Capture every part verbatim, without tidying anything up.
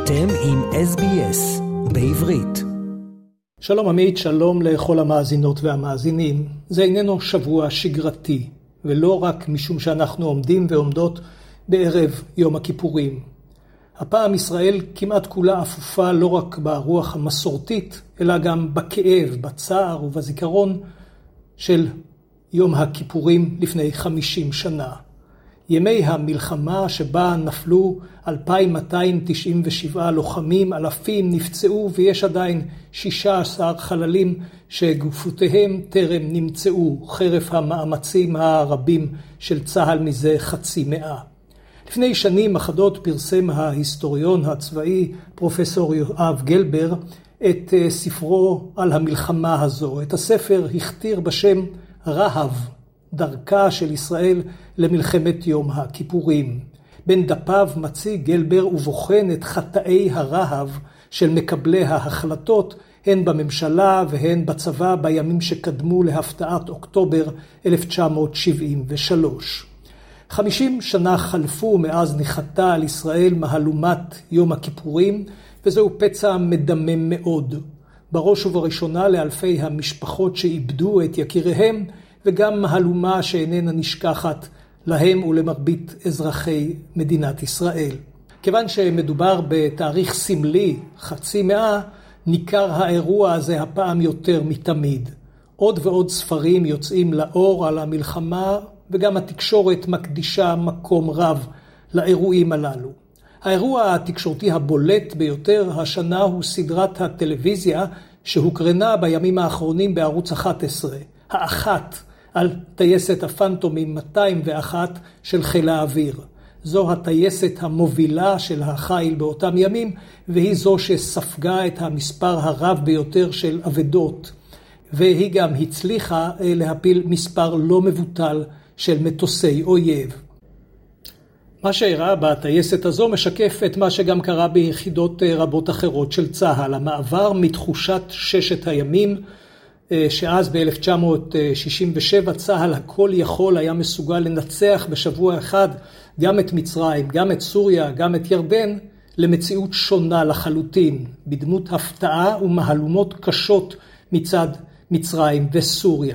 אתם עם אס בי אס בעברית. שלום עמית, שלום לכל המאזינות והמאזינים. זה איננו שבוע שגרתי, ולא רק משום שאנחנו עומדים ועומדות בערב יום הכיפורים. הפעם ישראל כמעט כולה אפופה לא רק ברוח המסורתית, אלא גם בכאב, בצער ובזיכרון של יום הכיפורים לפני חמישים שנה. ימי המלחמה שבה נפלו אלפיים מאתיים תשעים ושבעה לוחמים, אלפים נפצעו ויש עדיין שישה עשר חללים שגופותיהם טרם נמצאו חרף המאמצים הרבים של צה"ל מזה חצי מאה. לפני שנים אחדות פרסם ההיסטוריון הצבאי פרופסור יואב גלבר את ספרו על המלחמה הזו. את הספר הכתיר בשם רהב, דרכה של ישראל למלחמת יום הכיפורים. בין דפיו מציג גלבר ובוחן את חטאי הרהב של מקבלי ההחלטות, הן בממשלה והן בצבא בימים שקדמו להפתעת אוקטובר אלף תשע מאות שבעים ושלוש. חמישים שנה חלפו מאז נחתה על ישראל מהלומת יום הכיפורים, וזהו פצע מדמם מאוד. בראש ובראשונה לאלפי המשפחות שאיבדו את יקיריהם, וגם מהלומה שאיננה נשכחת להם ולמרבית אזרחי מדינת ישראל. כיוון שמדובר בתאריך סמלי, חצי מאה, ניכר האירוע הזה הפעם יותר מתמיד. עוד ועוד ספרים יוצאים לאור על המלחמה, וגם התקשורת מקדישה מקום רב לאירועים הללו. האירוע התקשורתי הבולט ביותר השנה הוא סדרת הטלוויזיה שהוקרנה בימים האחרונים בערוץ אחת עשרה, האחת, על טייסת הפנטומים מאתיים ואחת של חיל האוויר. זו הטייסת המובילה של החיל באותם ימים, והיא זו שספגה את המספר הרב ביותר של אבדות, והיא גם הצליחה להפיל מספר לא מבוטל של מטוסי אויב. מה שאירע בטייסת הזו משקף את מה שגם קרה ביחידות רבות אחרות של צה"ל. המעבר מתחושת ששת הימים, שאז ב-אלף תשע מאות שישים ושבע צה"ל הכל יכול היה מסוגל לנצח בשבוע אחד גם את מצרים, גם את סוריה, גם את ירדן, למציאות שונה לחלוטין, בדמות הפתעה ומהלומות קשות מצד מצרים וסוריה.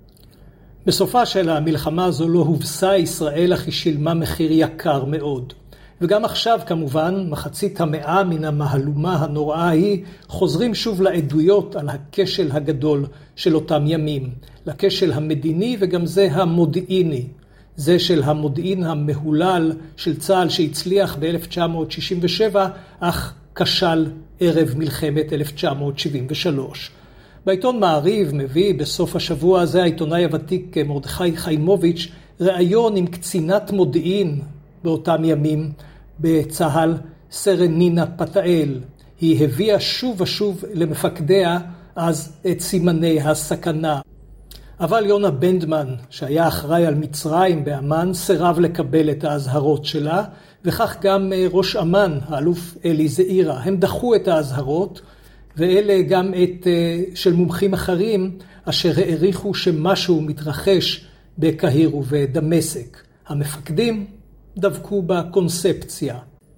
בסופה של המלחמה הזו לא הובסה ישראל, אך היא שילמה מחיר יקר מאוד. וגם עכשיו כמובן, מחצית המאה מן המהלומה הנוראה היא, חוזרים שוב לעדויות על הכשל הגדול של אותם ימים. לכשל המדיני וגם זה המודיעיני. זה של המודיעין המהולל של צה"ל שהצליח ב-אלף תשע מאות שישים ושבע, אך כשל ערב מלחמת אלף תשע מאות שבעים ושלוש. בעיתון מעריב מביא בסוף השבוע הזה העיתונאי הוותיק מרדכי חיימוביץ' ראיון עם קצינת מודיעין באותם ימים בצה"ל, סרן נינה פתאל. היא הביאה שוב ושוב למפקדיה אז את סימני הסכנה. אבל יונה בנדמן, שהיה אחראי על מצרים באמן, סירב לקבל את ההזהרות שלה, וכך גם ראש אמן, האלוף אלי זעירה. הם דחו את ההזהרות, ואלה גם את של מומחים אחרים אשר העריכו שמשהו מתרחש בקהיר ובדמשק. המפקדים דבקו בקונספציה.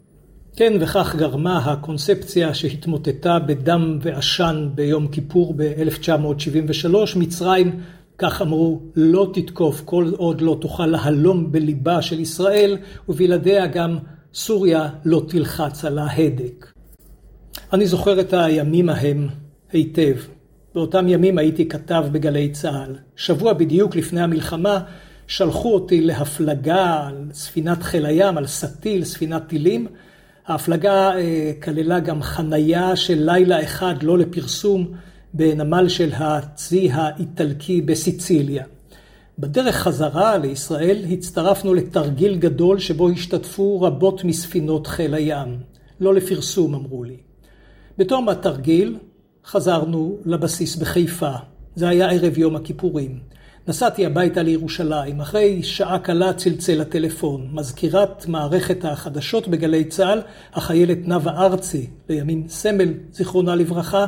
כן, וכך גרמה הקונספציה שהתמוטטה בדם ועשן ביום כיפור ב-אלף תשע מאות שבעים ושלוש. מצרים, כך אמרו, לא תתקוף כל עוד לא תוכל להלום בליבה של ישראל, ובלעדיה גם סוריה לא תלחץ על ההדק. אני זוכר את הימים ההם היטב. באותם ימים הייתי כתב בגלי צה"ל. שבוע בדיוק לפני המלחמה שלחו אותי להפלגה על ספינת חיל הים, על סטיל, ספינת טילים. ההפלגה אה, כללה גם חנייה של לילה אחד לא לפרסום בנמל של הצי האיטלקי בסיציליה. בדרך חזרה לישראל הצטרפנו לתרגיל גדול שבו השתתפו רבות מספינות חיל הים. לא לפרסום אמרו לי. בתום התרגיל חזרנו לבסיס בחיפה. זה היה ערב יום הכיפורים. נסעתי הביתה לירושלים. אחרי שעה קלה צלצל הטלפון. מזכירת מערכת החדשות בגלי צה"ל, החיילת נווה ארצי, לימים סמל זיכרונה לברכה,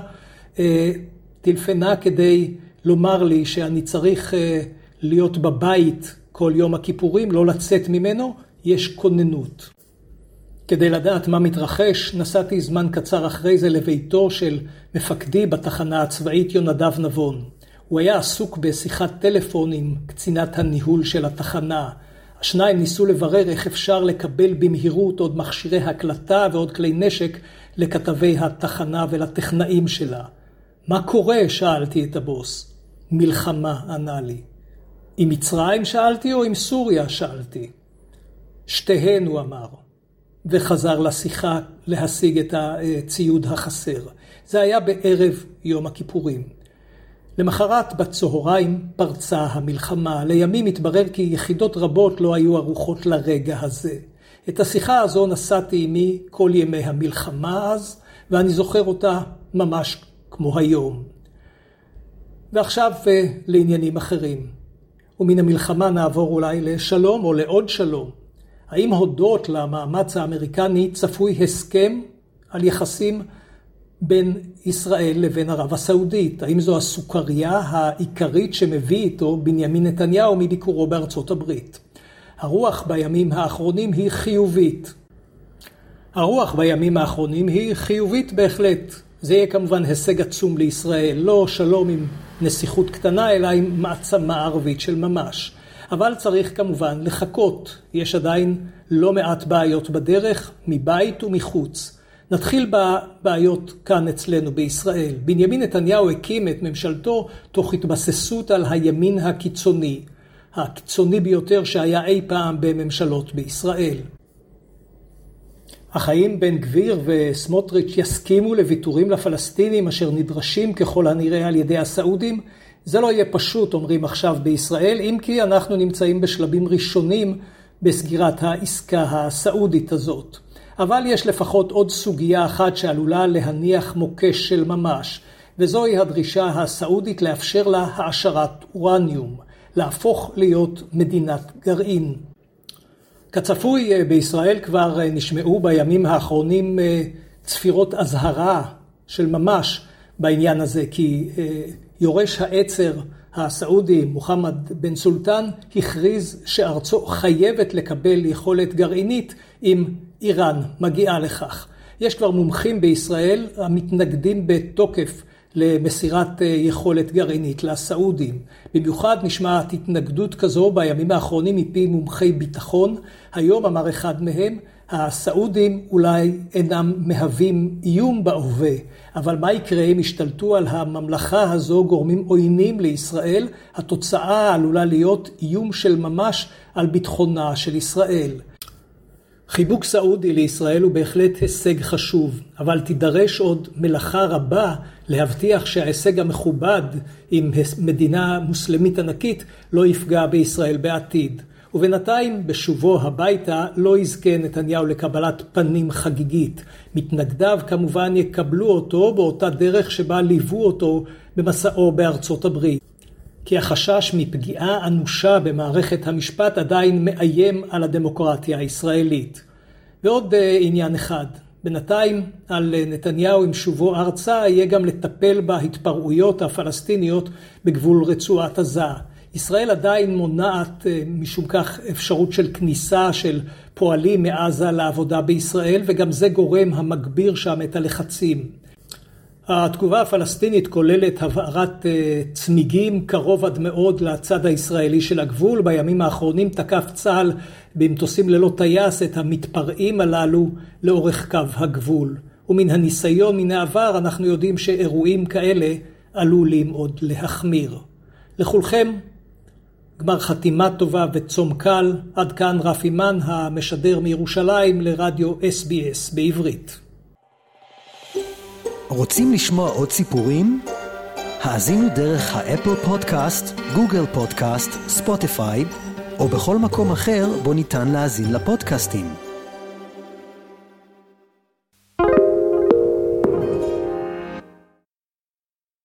טלפנה כדי לומר לי שאני צריך להיות בבית כל יום הכיפורים, לא לצאת ממנו, יש כוננות. כדי לדעת מה מתרחש, נסעתי זמן קצר אחרי זה לביתו של מפקדי בתחנה הצבאית יונדב נבון. הוא היה עסוק בשיחת טלפון עם קצינת הניהול של התחנה. השניים ניסו לברר איך אפשר לקבל במהירות עוד מכשירי הקלטה ועוד כלי נשק לכתבי התחנה ולטכנאים שלה. מה קורה? שאלתי את הבוס. מלחמה, ענה לי. עם מצרים שאלתי או עם סוריה? שאלתי. שתיהן, הוא אמר. וחזר לשיחה להשיג את הציוד החסר. זה היה בערב יום הכיפורים. למחרת בצהריים פרצה המלחמה. לימים התברר כי יחידות רבות לא היו ערוכות לרגע הזה. את השיחה הזו נשאתי עמי כל ימי המלחמה אז, ואני זוכר אותה ממש כמו היום. ועכשיו לעניינים אחרים. ומן המלחמה נעבור אולי לשלום או לעוד שלום. האם הודות למאמץ האמריקני צפוי הסכם על יחסים בין ישראל לבין ערב הסעודית? האם זו הסוכריה העיקרית שמביא איתו בנימין נתניהו מביקורו בארצות הברית? הרוח בימים האחרונים היא חיובית. הרוח בימים האחרונים היא חיובית בהחלט. זה יהיה כמובן הישג עצום לישראל, לא שלום עם נסיכות קטנה, אלא עם מעצמה ערבית של ממש. אבל צריך כמובן לחכות. יש עדיין לא מעט בעיות בדרך, מבית ומחוץ. נתחיל בבעיות כאן אצלנו בישראל. בנימין נתניהו הקים את ממשלתו תוך התבססות על הימין הקיצוני, הקיצוני ביותר שהיה אי פעם בממשלות בישראל. אך האם בן גביר וסמוטריץ' יסכימו לוויתורים לפלסטינים אשר נדרשים ככל הנראה על ידי הסעודים? זה לא יהיה פשוט, אומרים עכשיו בישראל, אם כי אנחנו נמצאים בשלבים ראשונים בסגירת העסקה הסעודית הזאת. אבל יש לפחות עוד סוגיה אחת שעלולה להניח מוקש של ממש, וזוהי הדרישה הסעודית לאפשר לה העשרת אורניום, להפוך להיות מדינת גרעין. כצפוי, בישראל כבר נשמעו בימים האחרונים צפירות אזהרה של ממש בעניין הזה, כי יורש העצר הסעודי מוחמד בן סולטן הכריז שארצו חייבת לקבל יכולת גרעינית אם איראן מגיעה לכך. יש כבר מומחים בישראל המתנגדים בתוקף למסירת יכולת גרעינית לסעודים. במיוחד נשמעת התנגדות כזו בימים האחרונים מפי מומחי ביטחון. היום אמר אחד מהם, הסעודים אולי אינם מהווים איום בהווה, אבל מה יקרה אם ישתלטו על הממלכה הזו גורמים עוינים לישראל? התוצאה עלולה להיות איום של ממש על ביטחונה של ישראל. חיבוק סעודי לישראל הוא בהחלט הישג חשוב, אבל תידרש עוד מלאכה רבה להבטיח שההישג המכובד עם מדינה מוסלמית ענקית לא יפגע בישראל בעתיד. ובינתיים בשובו הביתה לא יזכה נתניהו לקבלת פנים חגיגית. מתנגדיו כמובן יקבלו אותו באותה דרך שבה ליוו אותו במסעו בארצות הברית. כי החשש מפגיעה אנושה במערכת המשפט עדיין מאיים על הדמוקרטיה הישראלית. ועוד עניין אחד, בינתיים על נתניהו עם שובו ארצה יהיה גם לטפל בהתפרעויות הפלסטיניות בגבול רצועת עזה. ישראל עדיין מונעת משום כך אפשרות של כניסה של פועלים מעזה לעבודה בישראל, וגם זה גורם המגביר שם את הלחצים. התגובה הפלסטינית כוללת הבערת צמיגים קרוב עד מאוד לצד הישראלי של הגבול. בימים האחרונים תקף צה"ל במטוסים ללא טייס את המתפרעים הללו לאורך קו הגבול. ומן הניסיון מן העבר אנחנו יודעים שאירועים כאלה עלולים עוד להחמיר. לכולכם גמר חתימה טובה וצום קל. עד כאן רפי מן המשדר מירושלים לרדיו אס בי אס בעברית. רוצים לשמוע עוד סיפורים? האזינו דרך האפל פודקאסט, גוגל פודקאסט, ספוטיפיי, או בכל מקום אחר בו ניתן להאזין לפודקאסטים.